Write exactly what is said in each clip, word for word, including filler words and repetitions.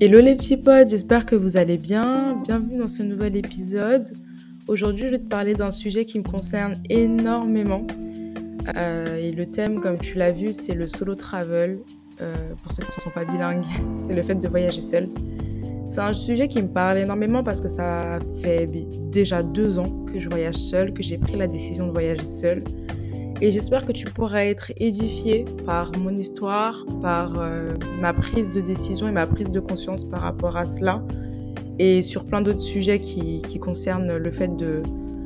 Hello les petits potes, j'espère que vous allez bien. Bienvenue dans ce nouvel épisode. Aujourd'hui, je vais te parler d'un sujet qui me concerne énormément. Euh, et le thème, comme tu l'as vu, c'est le solo travel. Euh, pour ceux qui ne sont pas bilingues, c'est le fait de voyager seul. C'est un sujet qui me parle énormément parce que ça fait déjà deux ans que je voyage seule, que j'ai pris la décision de voyager seule. Et j'espère que tu pourras être édifié par mon histoire, par euh, ma prise de décision et ma prise de conscience par rapport à cela, et sur plein d'autres sujets qui, qui concernent le fait de,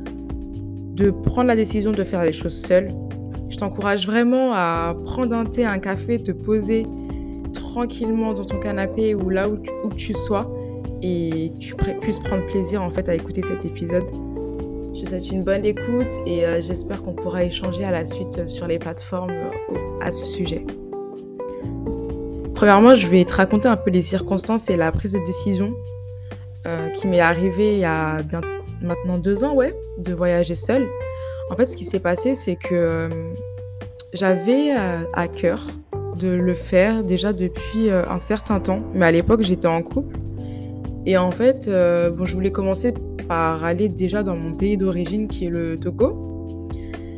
de prendre la décision de faire les choses seule. Je t'encourage vraiment à prendre un thé, un café, te poser tranquillement dans ton canapé ou là où tu, où que tu sois, et tu puisses prendre plaisir en fait à écouter cet épisode. Je te souhaite une bonne écoute et euh, j'espère qu'on pourra échanger à la suite sur les plateformes euh, à ce sujet. Premièrement, je vais te raconter un peu les circonstances et la prise de décision euh, qui m'est arrivée il y a bien, maintenant deux ans, ouais, de voyager seule. En fait, ce qui s'est passé, c'est que euh, j'avais euh, à cœur de le faire déjà depuis euh, un certain temps, mais à l'époque, j'étais en couple. Et en fait, euh, bon, je voulais commencer par aller déjà dans mon pays d'origine qui est le Togo.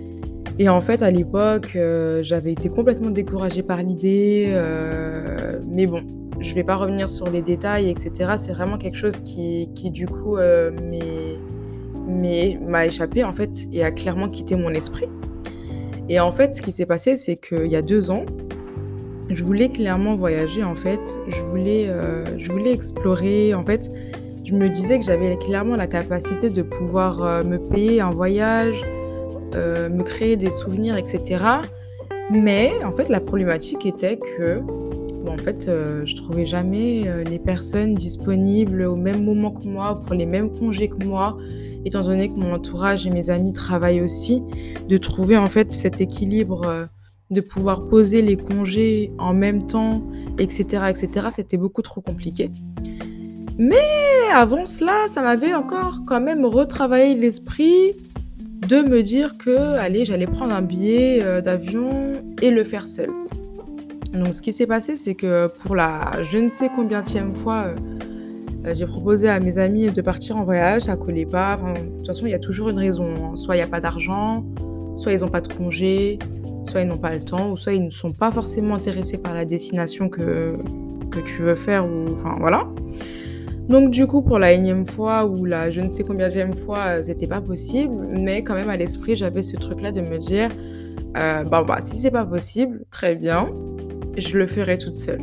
Et en fait, à l'époque, euh, j'avais été complètement découragée par l'idée. Euh, mais bon, je ne vais pas revenir sur les détails, et cetera. C'est vraiment quelque chose qui, qui du coup, euh, m'est, m'est, m'a échappé en fait et a clairement quitté mon esprit. Et en fait, ce qui s'est passé, c'est qu'il y a deux ans, je voulais clairement voyager en fait. Je voulais, euh, je voulais explorer en fait. Je me disais que j'avais clairement la capacité de pouvoir euh, me payer un voyage, euh, me créer des souvenirs, et cetera. Mais en fait, la problématique était que, bon, en fait, euh, je trouvais jamais euh, les personnes disponibles au même moment que moi, pour les mêmes congés que moi, étant donné que mon entourage et mes amis travaillent aussi, de trouver en fait cet équilibre, euh, de pouvoir poser les congés en même temps, et cetera, et cetera. C'était beaucoup trop compliqué. Mais avant cela, ça m'avait encore quand même retravaillé l'esprit de me dire que, allez, j'allais prendre un billet euh, d'avion et le faire seule. Donc, ce qui s'est passé, c'est que pour la je ne sais combienième fois, euh, j'ai proposé à mes amis de partir en voyage, ça collait pas. Enfin, de toute façon, il y a toujours une raison. Hein. Soit il n'y a pas d'argent, soit ils n'ont pas de congé, soit ils n'ont pas le temps, ou soit ils ne sont pas forcément intéressés par la destination que, que tu veux faire, ou enfin voilà. Donc du coup, pour la énième fois ou la je ne sais combienième fois, c'était pas possible, mais quand même à l'esprit, j'avais ce truc-là de me dire, euh, bah, bah si c'est pas possible, très bien, je le ferai toute seule.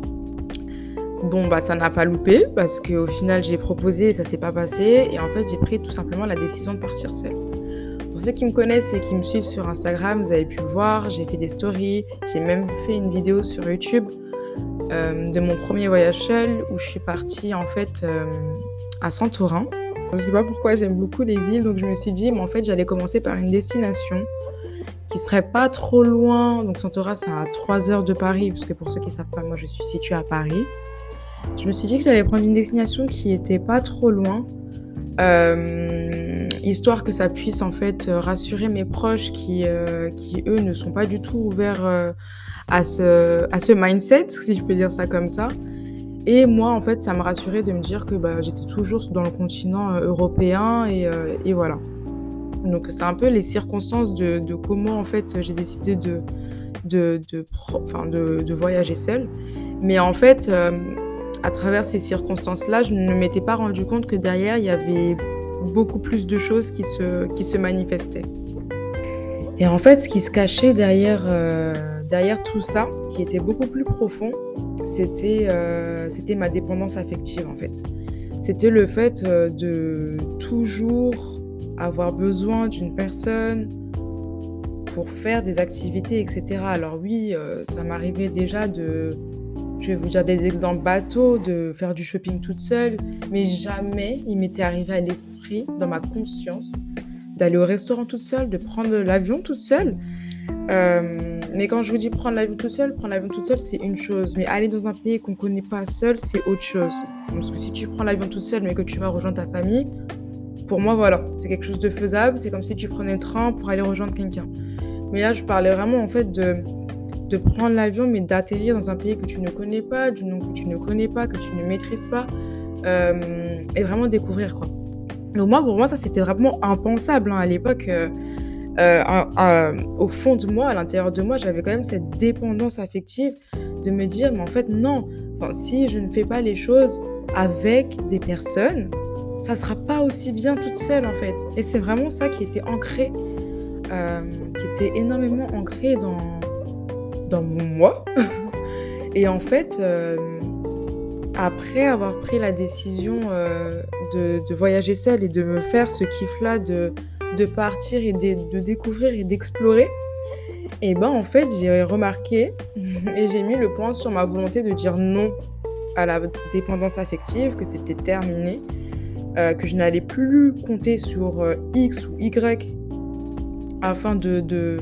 Bon bah ça n'a pas loupé parce qu'au final j'ai proposé et ça s'est pas passé et en fait j'ai pris tout simplement la décision de partir seule. Pour ceux qui me connaissent et qui me suivent sur Instagram, vous avez pu le voir, j'ai fait des stories, j'ai même fait une vidéo sur YouTube. Euh, de mon premier voyage seul où je suis partie en fait euh, à Santorin. Je sais pas pourquoi j'aime beaucoup les îles, donc je me suis dit mais en fait j'allais commencer par une destination qui serait pas trop loin. Donc Santorin c'est à trois heures de Paris, parce que pour ceux qui savent pas, moi je suis située à Paris. Je me suis dit que j'allais prendre une destination qui était pas trop loin, euh, histoire que ça puisse en fait rassurer mes proches qui, euh, qui eux ne sont pas du tout ouverts euh, à ce, à ce mindset, si je peux dire ça comme ça. Et moi, en fait, ça me rassurait de me dire que bah, j'étais toujours dans le continent euh, européen et, euh, et voilà. Donc, c'est un peu les circonstances de, de comment, en fait, j'ai décidé de, de, de, enfin, de, de voyager seule. Mais en fait, euh, à travers ces circonstances-là, je ne m'étais pas rendu compte que derrière, il y avait beaucoup plus de choses qui se, qui se manifestaient. Et en fait, ce qui se cachait derrière... Euh, Derrière tout ça, qui était beaucoup plus profond, c'était, euh, c'était ma dépendance affective en fait. C'était le fait euh, de toujours avoir besoin d'une personne pour faire des activités, et cetera. Alors oui, euh, ça m'arrivait déjà de, je vais vous dire des exemples bateaux, de faire du shopping toute seule, mais jamais il m'était arrivé à l'esprit, dans ma conscience, d'aller au restaurant toute seule, de prendre l'avion toute seule. Euh, mais quand je vous dis prendre l'avion toute seule, prendre l'avion toute seule, c'est une chose. Mais aller dans un pays qu'on ne connaît pas seul, c'est autre chose. Parce que si tu prends l'avion toute seule, mais que tu vas rejoindre ta famille, pour moi, voilà, c'est quelque chose de faisable. C'est comme si tu prenais le train pour aller rejoindre quelqu'un. Mais là, je parlais vraiment, en fait, de, de prendre l'avion, mais d'atterrir dans un pays que tu ne connais pas, d'une langue que tu ne connais pas, que tu ne maîtrises pas, hem et vraiment découvrir, quoi. Donc moi, pour moi, ça, c'était vraiment impensable, hein, à l'époque, heu heu, en en au fond de moi, à l'intérieur de moi, j'avais quand même cette dépendance affective de me dire: «Mais en fait, non, enfin, si je ne fais pas les choses avec des personnes, ça sera pas aussi bien toute seule, en fait». Et c'est vraiment ça qui était ancré, hem, qui était énormément ancré dans dans mon moi. Et en fait, hem, après avoir pris la décision, heu, de de voyager seule et de me faire ce kiff-là de de partir et dé de découvrir et d'explorer, et ben, en fait, j'ai remarqué et j'ai mis le point sur ma volonté de dire non à la dépendance affective, que c'était terminé, heu, que je n'allais plus compter sur, heu, X ou Y afin de de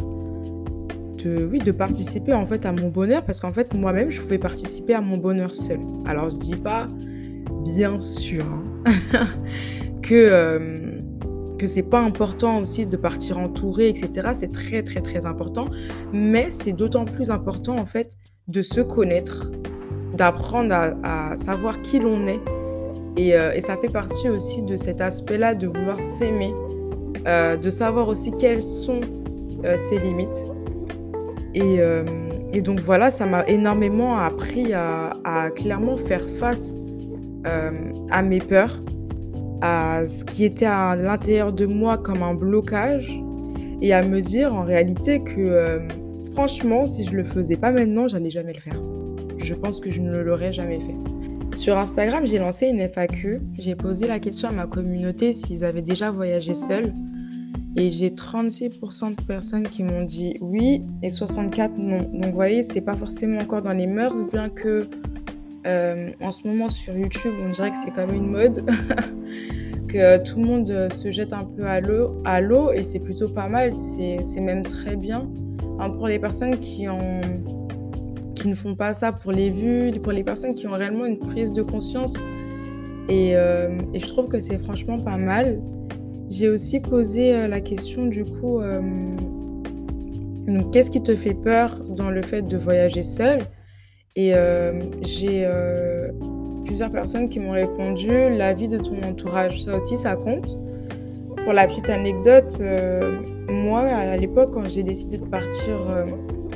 de oui, de participer, en fait, à mon bonheur, parce qu'en fait, moi-même, je pouvais participer à mon bonheur seule. Alors je dis pas, bien sûr, hein, que, hem, que c'est pas important aussi de partir entouré et cetera. C'est très, très, très important, mais c'est d'autant plus important, en fait, de se connaître, d'apprendre à à savoir qui l'on est, et heu et ça fait partie aussi de cet aspect-là de vouloir s'aimer, heu, de savoir aussi quelles sont, heu, ses limites. Et hem et donc voilà, ça m'a énormément appris à à clairement faire face, hem, à mes peurs, à ce qui était à l'intérieur de moi comme un blocage, et à me dire en réalité que, hem, franchement, si je le faisais pas maintenant, j'allais jamais le faire. Je pense que je ne l'aurais jamais fait. Sur Instagram, j'ai lancé une F A Q. J'ai posé la question à ma communauté s'ils avaient déjà voyagé seuls. Et j'ai trente-six pour cent de personnes qui m'ont dit oui et soixante-quatre non. Donc vous voyez, c'est pas forcément encore dans les mœurs, bien que, hem, en ce moment sur YouTube, on dirait que c'est comme une mode, que tout le monde, heu, se jette un peu à l'eau à l'eau et c'est plutôt pas mal, c'est c'est même très bien. Hein, pour les personnes qui ont qui ne font pas ça pour les vues, pour les personnes qui ont réellement une prise de conscience, et hem et je trouve que c'est franchement pas mal. J'ai aussi posé, heu, la question du coup, hem, donc qu'est-ce qui te fait peur dans le fait de voyager seule? Et hem, j'ai, heu, plusieurs personnes qui m'ont répondu: «L'avis de ton entourage». Ça aussi, ça compte. Pour la petite anecdote, heu, moi, à l'époque, quand j'ai décidé de partir, hem,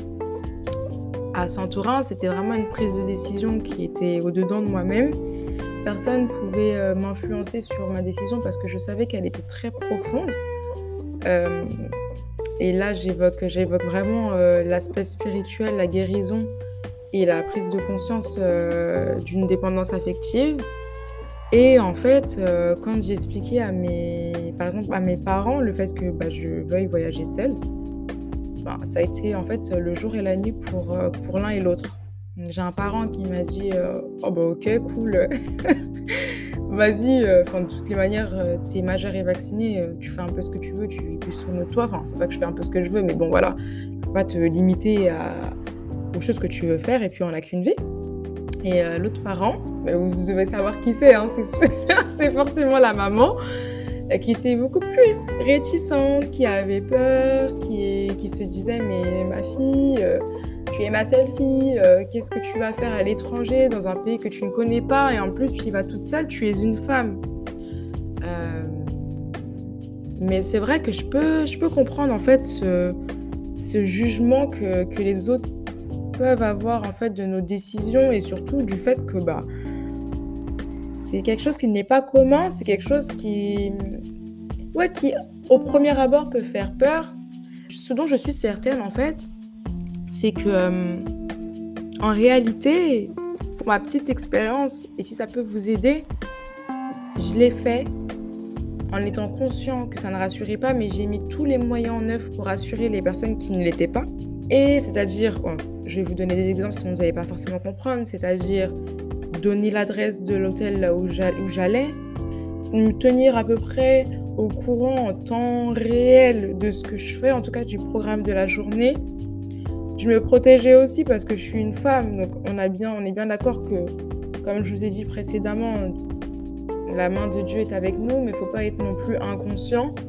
à Santorin, c'était vraiment une prise de décision qui était au-dedans de moi-même. Personne ne pouvait, heu, m'influencer sur ma décision parce que je savais qu'elle était très profonde. Hem et là, j'évoque j'évoque vraiment, heu, l'aspect spirituel, la guérison et la prise de conscience, heu, d'une dépendance affective. Et en fait, heu, quand j'ai expliqué à mes par exemple, à mes parents le fait que, bah, je veuille voyager seule, ben, ça a été en fait le jour et la nuit pour, heu, pour l'un et l'autre. Donc j'ai un parent qui m'a dit, heu: «Oh bah OK, cool, vas-y, heu, enfin de toutes les manières, heu, tu es majeure et vaccinée, heu, tu fais un peu ce que tu veux, tu vis plus sur notre toit». Enfin, c'est pas que je fais un peu ce que je veux, mais bon voilà, faut pas te limiter à aux choses que tu veux faire et puis on n'a qu'une vie. Et heu, l'autre parent, bah, vous devez savoir qui c'est, hein, c'est sûr, c'est forcément la maman, heu, qui était beaucoup plus réticente, qui avait peur, qui qui se disait: «Mais ma fille, heu, tu es ma seule fille, heu, qu'est-ce que tu vas faire à l'étranger dans un pays que tu ne connais pas et en plus tu y vas toute seule, tu es une femme». Hem, mais c'est vrai que je peux je peux comprendre en fait ce ce jugement que que les autres peuvent avoir en fait de nos décisions et surtout du fait que, bah, c'est quelque chose qui n'est pas commun, c'est quelque chose qui, ouais, qui au premier abord peut faire peur. Ce dont je suis certaine en fait, c'est que, hem, en réalité, pour ma petite expérience et si ça peut vous aider, je l'ai fait en étant conscient que ça ne rassurait pas, mais j'ai mis tous les moyens en œuvre pour rassurer les personnes qui ne l'étaient pas. Et c'est-à-dire, bon, je vais vous donner des exemples sinon vous n'allez pas forcément comprendre, c'est-à-dire donner l'adresse de l'hôtel là où j'a où j'allais, me tenir à peu près au courant en temps réel de ce que je fais, en tout cas du programme de la journée. Je me protégeais aussi parce que je suis une femme, donc on a bien on est bien d'accord que, comme je vous ai dit précédemment, la main de Dieu est avec nous, mais il ne faut pas être non plus inconscient.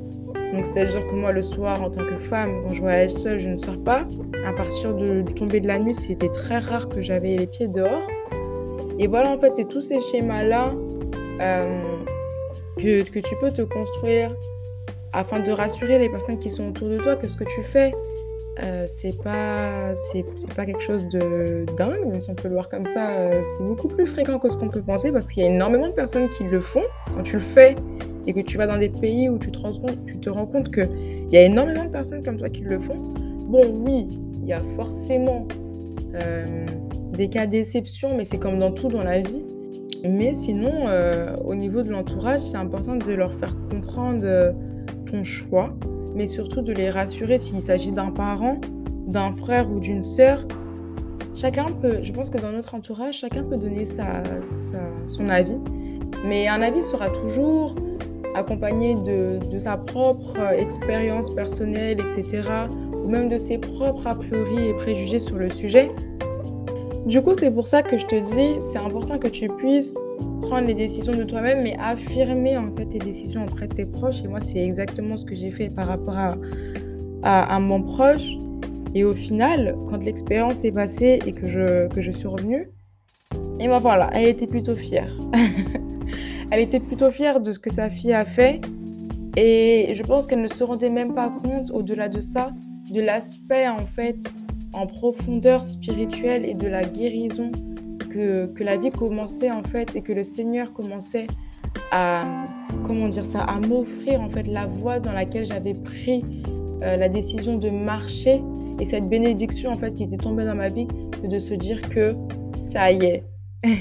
Donc c'est-à-dire que moi, le soir, en tant que femme, quand je voyage seule, je ne sors pas. À partir de du tomber de la nuit, c'était très rare que j'avais les pieds dehors et voilà, en fait, c'est tous ces schémas-là, hem, que que tu peux te construire afin de rassurer les personnes qui sont autour de toi que ce que tu fais, heu, c'est pas c'est c'est pas quelque chose de dingue, mais si on peut le voir comme ça, heu, c'est beaucoup plus fréquent que ce qu'on peut penser parce qu'il y a énormément de personnes qui le font. Quand tu le fais et que tu vas dans des pays où tu te rends compte tu te rends compte qu'il y a énormément de personnes comme toi qui le font. Bon, oui, il y a forcément, hem, des cas d'exception, mais c'est comme dans tout dans la vie. Mais sinon, heu, au niveau de l'entourage, c'est important de leur faire comprendre, heu, ton choix, mais surtout de les rassurer s'il s'agit d'un parent, d'un frère ou d'une sœur. Chacun peut je pense que dans notre entourage, chacun peut donner sa sa son avis, mais un avis sera toujours accompagné de de sa propre, heu, expérience personnelle et cetera, ou même de ses propres a priori et préjugés sur le sujet. Du coup, c'est pour ça que je te dis, c'est important que tu puisses prendre les décisions de toi-même, mais affirmer en fait tes décisions auprès de tes proches. Et moi, c'est exactement ce que j'ai fait par rapport à, à, à mon proche. Et au final, quand l'expérience est passée et que je, que je suis revenue, et ben voilà, elle était plutôt fière. Elle était plutôt fière de ce que sa fille a fait. Et je pense qu'elle ne se rendait même pas compte, au-delà de ça, de l'aspect en fait en profondeur spirituelle et de la guérison que, que la vie commençait en fait et que le Seigneur commençait à, comment dire ça, à m'offrir en fait la voie dans laquelle j'avais pris euh, la décision de marcher et cette bénédiction en fait qui était tombée dans ma vie, que de se dire que ça y est,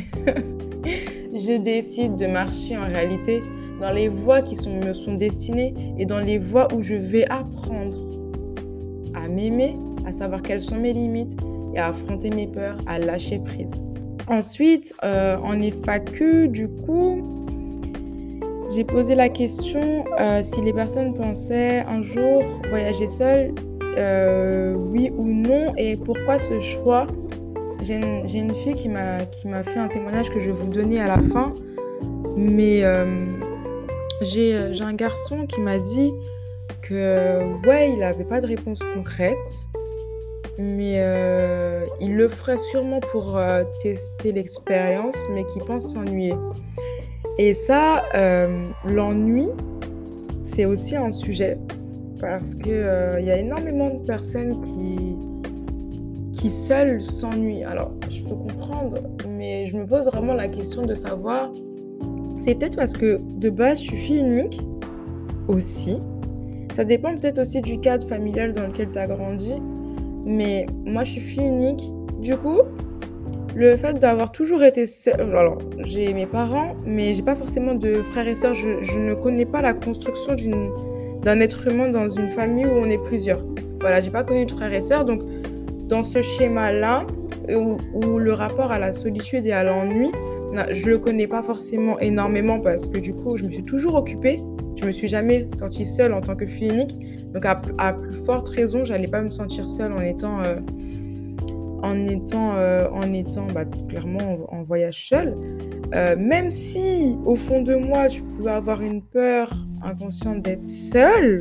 je décide de marcher en réalité dans les voies qui sont, me sont destinées et dans les voies où je vais apprendre à m'aimer, à savoir quelles sont mes limites et à affronter mes peurs, à lâcher prise. Ensuite, euh, en F A Q, du coup, j'ai posé la question euh, si les personnes pensaient un jour voyager seules, euh, oui ou non, et pourquoi ce choix. J'ai une, j'ai une fille qui m'a, qui m'a fait un témoignage que je vais vous donner à la fin, mais euh, j'ai, j'ai un garçon qui m'a dit que ouais, il n'avait pas de réponse concrète, mais euh, il le ferait sûrement pour euh, tester l'expérience, mais qu'il pense s'ennuyer. Et ça, euh, l'ennui, c'est aussi un sujet, parce qu'il euh, y a énormément de personnes qui, qui seules s'ennuient. Alors, je peux comprendre, mais je me pose vraiment la question de savoir, c'est peut-être parce que de base, je suis fille unique aussi. Ça dépend peut-être aussi du cadre familial dans lequel tu as grandi, mais moi, je suis fille unique. Du coup, le fait d'avoir toujours été seule, alors j'ai mes parents, mais j'ai pas forcément de frères et sœurs. Je, je ne connais pas la construction d'une, d'un être humain dans une famille où on est plusieurs. Voilà, j'ai pas connu de frères et sœurs, donc dans ce schéma-là, où, où le rapport à la solitude et à l'ennui, je le connais pas forcément énormément parce que du coup, je me suis toujours occupée. Je me suis jamais sentie seule en tant que fille unique, donc à, à plus forte raison, j'allais pas me sentir seule en étant euh, en étant, euh, en étant bah, clairement en, en voyage seule. Euh, même si, au fond de moi, je pouvais avoir une peur inconsciente d'être seule,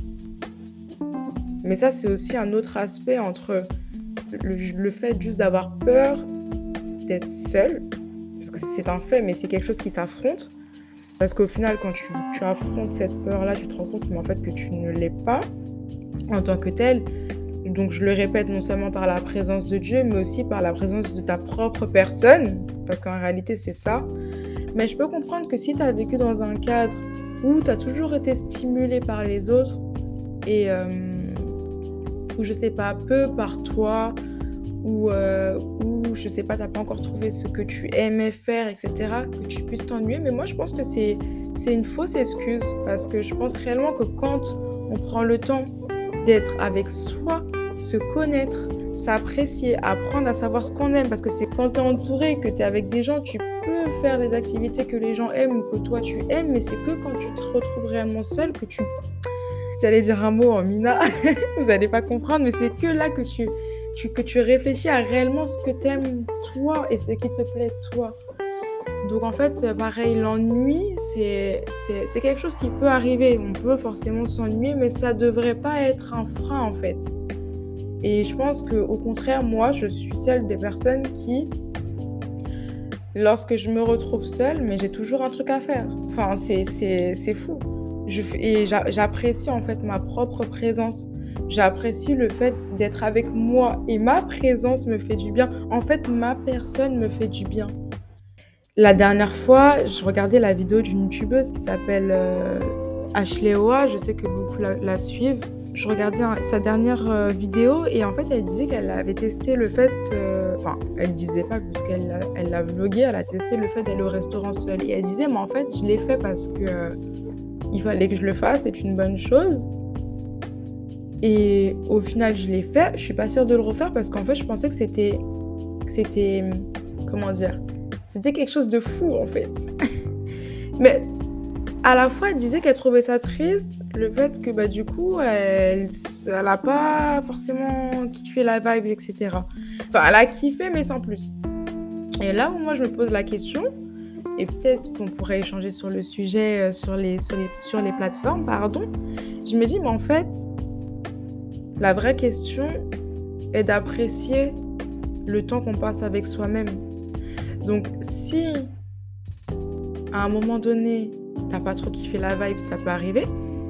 mais ça, c'est aussi un autre aspect entre le, le fait juste d'avoir peur d'être seule, parce que c'est un fait, mais c'est quelque chose qui s'affronte, parce qu'au final, quand tu, tu affrontes cette peur-là, tu te rends compte mais en fait, que tu ne l'es pas en tant que telle. Donc, je le répète non seulement par la présence de Dieu, mais aussi par la présence de ta propre personne, parce qu'en réalité, c'est ça. Mais je peux comprendre que si tu as vécu dans un cadre où tu as toujours été stimulé par les autres, et euh, ou je sais pas, peu par toi, ou, euh, ou je sais pas, tu n'as pas encore trouvé ce que tu aimais faire, et cetera, que tu puisses t'ennuyer. Mais moi, je pense que c'est, c'est une fausse excuse, parce que je pense réellement que quand on prend le temps d'être avec soi, se connaître, s'apprécier, apprendre à savoir ce qu'on aime, parce que c'est quand tu es entouré, que tu es avec des gens, tu peux faire les activités que les gens aiment ou que toi tu aimes, mais c'est que quand tu te retrouves réellement seul que tu... J'allais dire un mot en mina, vous n'allez pas comprendre, mais c'est que là que tu, tu, que tu réfléchis à réellement ce que tu aimes toi et ce qui te plaît toi. Donc en fait, heu, pareil, l'ennui, c'est c'est c'est quelque chose qui peut arriver. On peut forcément s'ennuyer, mais ça devrait pas être un frein, en fait. Et je pense qu'au contraire, moi, je suis celle des personnes qui, lorsque je me retrouve seule, mais j'ai toujours un truc à faire. Enfin, c'est c'est c'est fou. Je f et j'a j'apprécie, en fait, ma propre présence. J'apprécie le fait d'être avec moi et ma présence me fait du bien. En fait, ma personne me fait du bien. La dernière fois, je regardais la vidéo d'une youtubeuse qui s'appelle, heu, Ashley Oa, je sais que beaucoup la la suivent. Je regardais un sa dernière, heu, vidéo et en fait, elle disait qu'elle avait testé le fait, heu enfin, elle disait pas puisqu'elle l'a elle l'a vlogué, elle a testé le fait d'aller au restaurant seule et elle disait: «Mais en fait, je l'ai fait parce que, heu, il fallait que je le fasse, c'est une bonne chose et au final, je l'ai fait. Je suis pas sûre de le refaire parce qu'en fait, je pensais que c'était que c'était, mmh, comment dire? C'était quelque chose de fou, en fait». Mais à la fois, elle disait qu'elle trouvait ça triste, le fait que, bah, du coup, elle s elle a pas forcément kiffé la vibe et cetera. Enfin, elle a kiffé, mais sans plus. Et là où moi je me pose la question et peut-être qu'on pourrait échanger sur le sujet, heu, sur les sur les sur les plateformes, pardon. Je me dis: «Mais en fait, la vraie question est d'apprécier le temps qu'on passe avec soi-même». Donc si, à un moment donné, tu pas trop kiffé la vibe, ça peut arriver,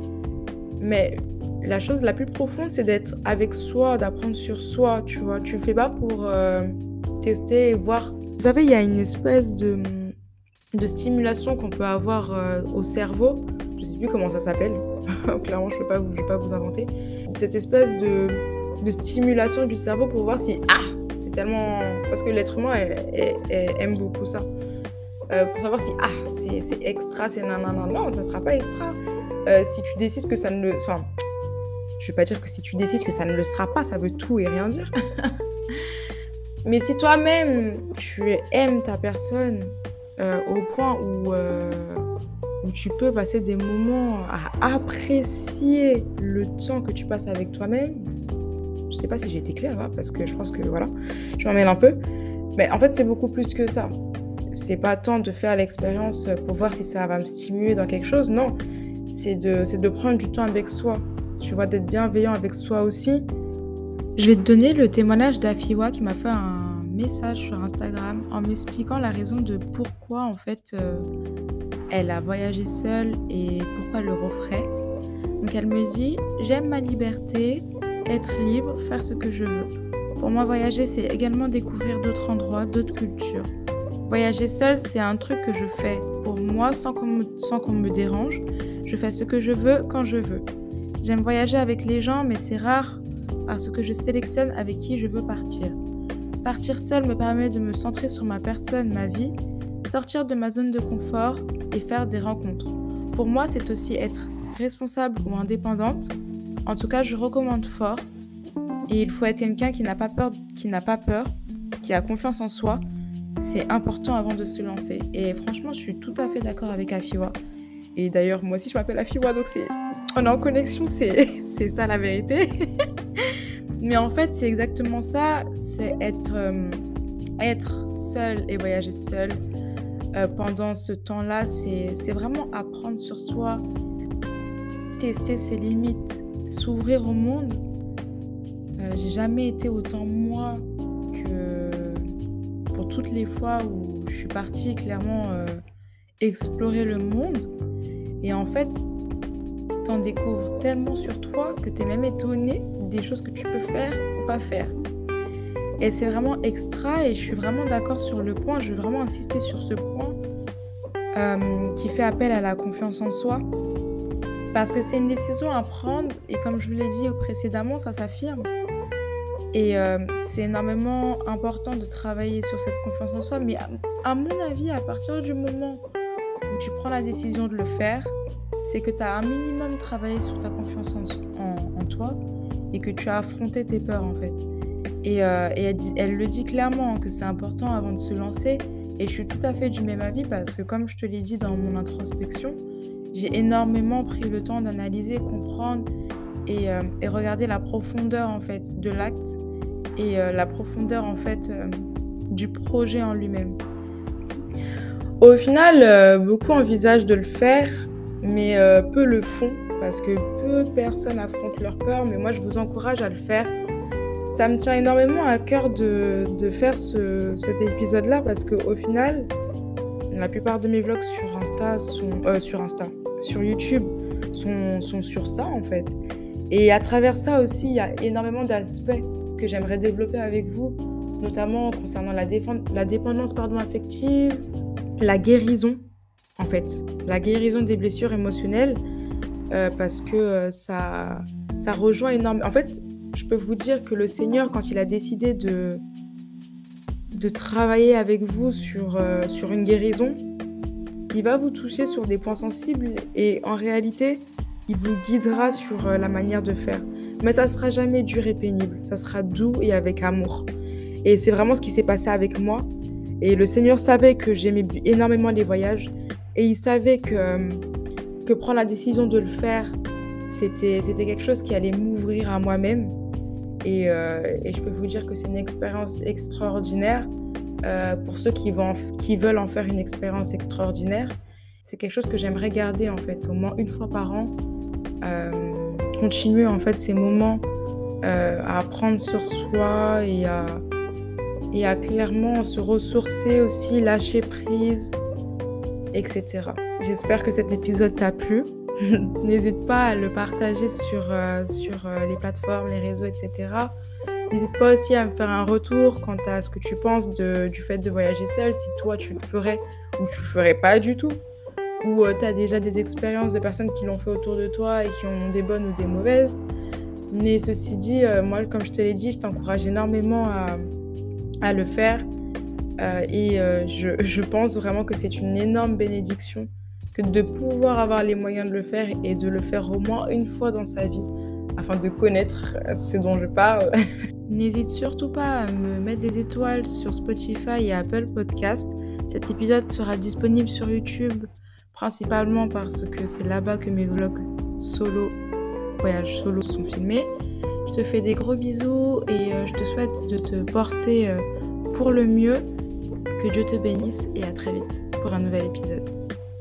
mais la chose la plus profonde, c'est d'être avec soi, d'apprendre sur soi, tu vois? Tu le fais pas pour, heu, tester et voir. Vous savez, il y a une espèce de, mmh, de stimulation qu'on peut avoir, heu, au cerveau, je sais plus comment ça s'appelle, clairement je peux pas vous je vais pas vous inventer. Cette espèce de de stimulation du cerveau pour voir si ah! C'est tellement parce que l'être humain est est est aime beaucoup ça. Heu, pour savoir si, ah, c'est c'est extra, c'est nanana. Non, ça sera pas extra. Heu, si tu décides que ça ne le enfin, je vais pas dire que si tu décides que ça ne le sera pas, ça veut tout et rien dire. Mais si toi-même, tu aimes ta personne, heu, au point où, heu, où tu peux passer des moments à apprécier le temps que tu passes avec toi-même, je sais pas si j'ai été claire là, parce que je pense que voilà, je m'en mêle un peu. Mais en fait, c'est beaucoup plus que ça. C'est pas tant de faire l'expérience, pour voir si ça va me stimuler dans quelque chose, non. C'est de c'est de prendre du temps avec soi, tu vois? D'être bienveillant avec soi aussi. Je vais te donner le témoignage d'Afiwa qui m'a fait un message sur Instagram en m'expliquant la raison de pourquoi en fait, heu, elle a voyagé seule et pourquoi elle le referait. Donc elle me dit: «J'aime ma liberté, être libre, faire ce que je veux. Pour moi, voyager, c'est également découvrir d'autres endroits, d'autres cultures. Voyager seule, c'est un truc que je fais pour moi sans qu'on me sans qu'on me dérange. Je fais ce que je veux quand je veux. J'aime voyager avec les gens, mais c'est rare parce que je sélectionne avec qui je veux partir. Partir seule me permet de me centrer sur ma personne, ma vie, sortir de ma zone de confort et faire des rencontres. Pour moi, c'est aussi être responsable ou indépendante. En tout cas, je recommande fort. Et il faut être quelqu'un qui n'a pas peur, qui n'a pas peur, qui a confiance en soi. C'est important avant de se lancer». Et franchement, je suis tout à fait d'accord avec Afiwa. Et d'ailleurs, moi aussi, je m'appelle Afiwa, donc c'est on est en connexion, c'est c'est ça la vérité. Mais en fait, c'est exactement ça, c'est être, hem, être seule et voyager seule, heu, pendant ce temps-là, c'est c'est vraiment apprendre sur soi, tester ses limites, s'ouvrir au monde. Heu, j'ai jamais été autant moi que pour toutes les fois où je suis partie clairement, heu, explorer le monde et en fait, t'en découvres tellement sur toi que t'es même étonnée des choses que tu peux faire ou pas faire. Et c'est vraiment extra et je suis vraiment d'accord sur le point, je veux vraiment insister sur ce point, hem, qui fait appel à la confiance en soi. Parce que c'est une décision à prendre et comme je vous l'ai dit précédemment, ça s'affirme. Et heu, c'est énormément important de travailler sur cette confiance en soi, mais à à mon avis, à partir du moment où tu prends la décision de le faire, c'est que tu as un minimum travaillé sur ta confiance en s en en toi et que tu as affronté tes peurs, en fait. Et heu et elle dit elle le dit clairement hein, que c'est important avant de se lancer et je suis tout à fait du même avis parce que comme je te l'ai dit dans mon introspection, j'ai énormément pris le temps d'analyser, comprendre et heu et regarder la profondeur, en fait, de l'acte et heu, la profondeur, en fait, hem, du projet en lui-même. Au final, heu, beaucoup envisagent de le faire, mais heu, peu le font parce que peu de personnes affrontent leur peur, mais moi je vous encourage à le faire. Ça me tient énormément à cœur de de faire ce cet épisode-là parce qu'au final, la plupart de mes vlogs sur Insta sont heu, sur Insta, sur YouTube sont sont sur ça, en fait et à travers ça aussi, il y a énormément d'aspects que j'aimerais développer avec vous, notamment concernant la défen la dépendance, pardon, affective, la guérison, en fait, la guérison des blessures émotionnelles, heu, parce que, heu, ça ça rejoint énorme en fait, je peux vous dire que le Seigneur, quand il a décidé de de travailler avec vous sur, heu, sur une guérison, il va vous toucher sur des points sensibles et en réalité, il vous guidera sur, heu, la manière de faire. Mais ça sera jamais dur et pénible, ça sera doux et avec amour et c'est vraiment ce qui s'est passé avec moi et le Seigneur savait que j'aimais b énormément les voyages et il savait que, hem, que prendre la décision de le faire, c'était c'était quelque chose qui allait m'ouvrir à moi-même et heu et je peux vous dire que c'est une expérience extraordinaire, heu, pour ceux qui vont en f qui veulent en faire une expérience extraordinaire. C'est quelque chose que j'aimerais garder, en fait, au moins une fois par an, hem, continuer, en fait, ces moments, heu, à apprendre sur soi et à et à clairement se ressourcer aussi, lâcher prise et cetera. J'espère que cet épisode t'a plu. N'hésite pas à le partager sur, heu, sur, heu, les plateformes, les réseaux et cetera. N'hésite pas aussi à me faire un retour quant à ce que tu penses de du fait de voyager seule, si toi tu le ferais ou tu le ferais pas du tout, ou heu, tu as déjà des expériences de personnes qui l'ont fait autour de toi et qui en ont des bonnes ou des mauvaises. Mais ceci dit, heu, moi comme je te l'ai dit, je t'encourage énormément à à le faire, heu et heu, je je pense vraiment que c'est une énorme bénédiction que de pouvoir avoir les moyens de le faire et de le faire au moins une fois dans sa vie, afin de connaître, heu, ce dont je parle. N'hésite surtout pas à me mettre des étoiles sur Spotify et Apple Podcast. Cet épisode sera disponible sur YouTube, principalement parce que c'est là-bas que mes vlogs solo, voyages solo sont filmés. Je te fais des gros bisous et heu, je te souhaite de te porter, heu, pour le mieux. Que Dieu te bénisse et à très vite pour un nouvel épisode.